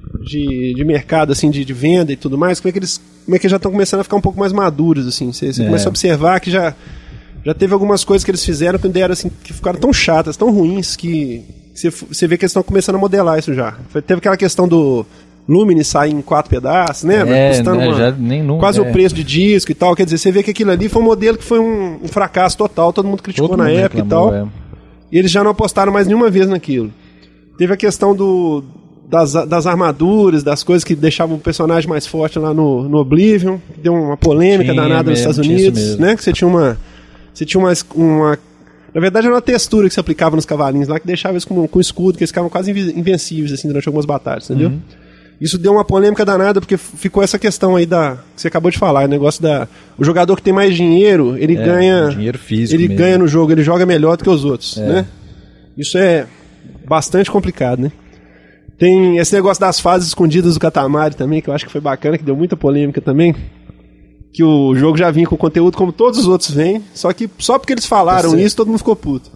de, de mercado, assim, de, de venda e tudo mais, como é que eles como é que já estão começando a ficar um pouco mais maduros, assim. Você, você é. começa a observar que já, já teve algumas coisas que eles fizeram que deram, assim, que ficaram tão chatas, tão ruins, que... Você, você vê que eles estão começando a modelar isso já. Foi, teve aquela questão do, Lumine sai em quatro pedaços, né? É, Custando né, uma, já nem nunca, quase é. o preço de disco e tal. Quer dizer, você vê que aquilo ali foi um modelo que foi um, um fracasso total, todo mundo criticou Todo na mundo época reclamou, e tal. é. E eles já não apostaram mais nenhuma vez naquilo. Teve a questão do, das, das armaduras, das coisas que deixavam o personagem mais forte lá no, no Oblivion. Deu uma polêmica Tinha danada nos mesmo, Estados tinha isso Unidos, mesmo. né? Que você tinha uma... Você tinha uma, uma... Na verdade, era uma textura que se aplicava nos cavalinhos lá, que deixava eles com, com escudo, que eles ficavam quase invi- invencíveis, assim, durante algumas batalhas, entendeu? Uhum. Isso deu uma polêmica danada, porque ficou essa questão aí da... que você acabou de falar, o negócio da... O jogador que tem mais dinheiro, ele É, ganha... dinheiro físico Ele mesmo. ganha no jogo, ele joga melhor do que os outros, É. né? Isso é bastante complicado, né? Tem esse negócio das fases escondidas do Katamari também, que eu acho que foi bacana, que deu muita polêmica também. Que o jogo já vinha com conteúdo como todos os outros vêm, só que só porque eles falaram Você- isso, todo mundo ficou puto.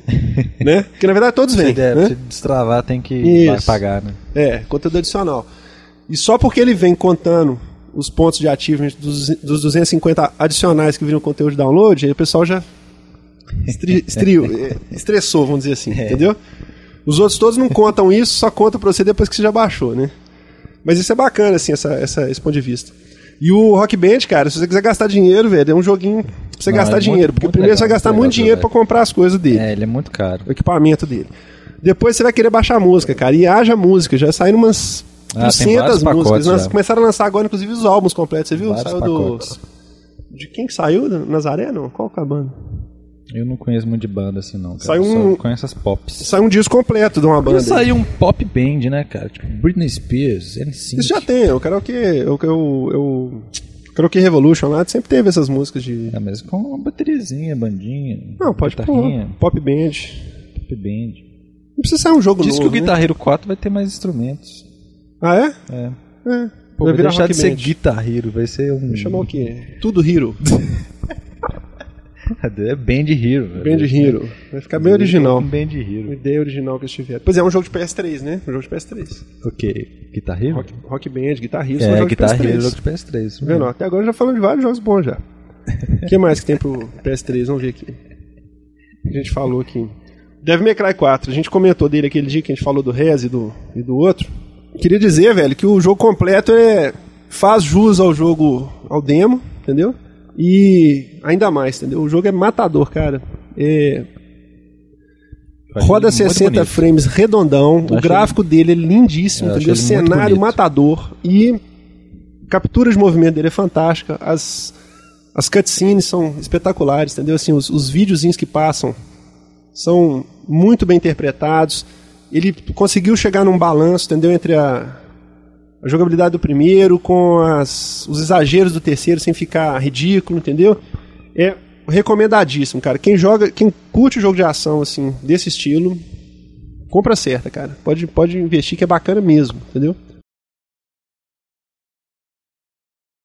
Né? Porque na verdade todos vêm, Se der, né? se destravar, tem que Isso. pagar, né? É, conteúdo adicional. E só porque ele vem contando os pontos de achievement dos, dos duzentos e cinquenta adicionais que viram conteúdo de download, aí o pessoal já estri, estriu, eh, estressou, vamos dizer assim, entendeu? Os outros todos não contam isso, só conta pra você depois que você já baixou, né? Mas isso é bacana, assim, essa, essa, esse ponto de vista. E o Rock Band, cara, se você quiser gastar dinheiro, velho, é um joguinho pra você Não, gastar é muito- dinheiro. Porque muito primeiro legal, você vai gastar muito muito legal dinheiro jogar. pra comprar as coisas dele, É, ele é muito caro. o equipamento dele. Depois você vai querer baixar música, cara, e haja música. Já saíram umas Ah, tem trocentas vários músicas. pacotes Nós já. começaram a lançar agora, inclusive, os álbuns completos. Você viu? Vários Saiu pacotes. do... De quem que saiu? Nazaré, não? Qual que é a banda? Eu não conheço muito de banda assim, não. Cara. Saiu Eu um- Só conheço as pops. Saiu um disco completo de uma banda. Já saiu um pop band, né, cara? Tipo Britney Spears, N Sync. Isso já tem. O karaokê... Eu, eu, eu... Karaokê Revolution lá sempre teve essas músicas de... É, mas com uma bateriazinha, bandinha. Não, pode pôr. guitarrinha, Pop band. pop band. Não precisa sair um jogo Diz que novo, o né? Guitar Hero quatro vai ter mais instrumentos. Ah, é? É. É. Pô, Vai vai virar deixar Rock de ser Band. Guitar Hero, vai ser um... Vai chamar o quê? Tudo Hero. É Band Hero. Band Hero. Vai ficar bem original. Um Band Uma Hero. ideia original que eles tiveram. Pois é, é um jogo de P S três, né? Um jogo de P S três. O quê? Guitar Hero? Rock, Rock Band, Guitar Hero, são É, jogos de Guitar P S três. Hero, jogo de P S três. Tá vendo? Ó, até agora já falando de vários jogos bons já. O que mais que tem pro P S três? Vamos ver aqui. A gente falou aqui. Devil May Cry quatro. A gente comentou dele aquele dia que a gente falou do Rez e do, e do outro. Queria dizer, velho, que o jogo completo é, faz jus ao jogo, ao demo, entendeu? E ainda mais, entendeu? O jogo é matador, cara. É, Eu achei roda ele muito sessenta bonito. frames redondão. O achei gráfico dele é lindíssimo, Eu entendeu? achei ele muito Cenário bonito. matador. E captura de movimento dele é fantástica. As, as cutscenes são espetaculares, entendeu? Assim, os, os videozinhos que passam são muito bem interpretados. Ele conseguiu chegar num balanço, entendeu? Entre a, a jogabilidade do primeiro com as, os exageros do terceiro sem ficar ridículo, entendeu? É recomendadíssimo, cara. Quem joga, quem curte o jogo de ação assim desse estilo, compra certa, cara. Pode, pode investir que é bacana mesmo, entendeu?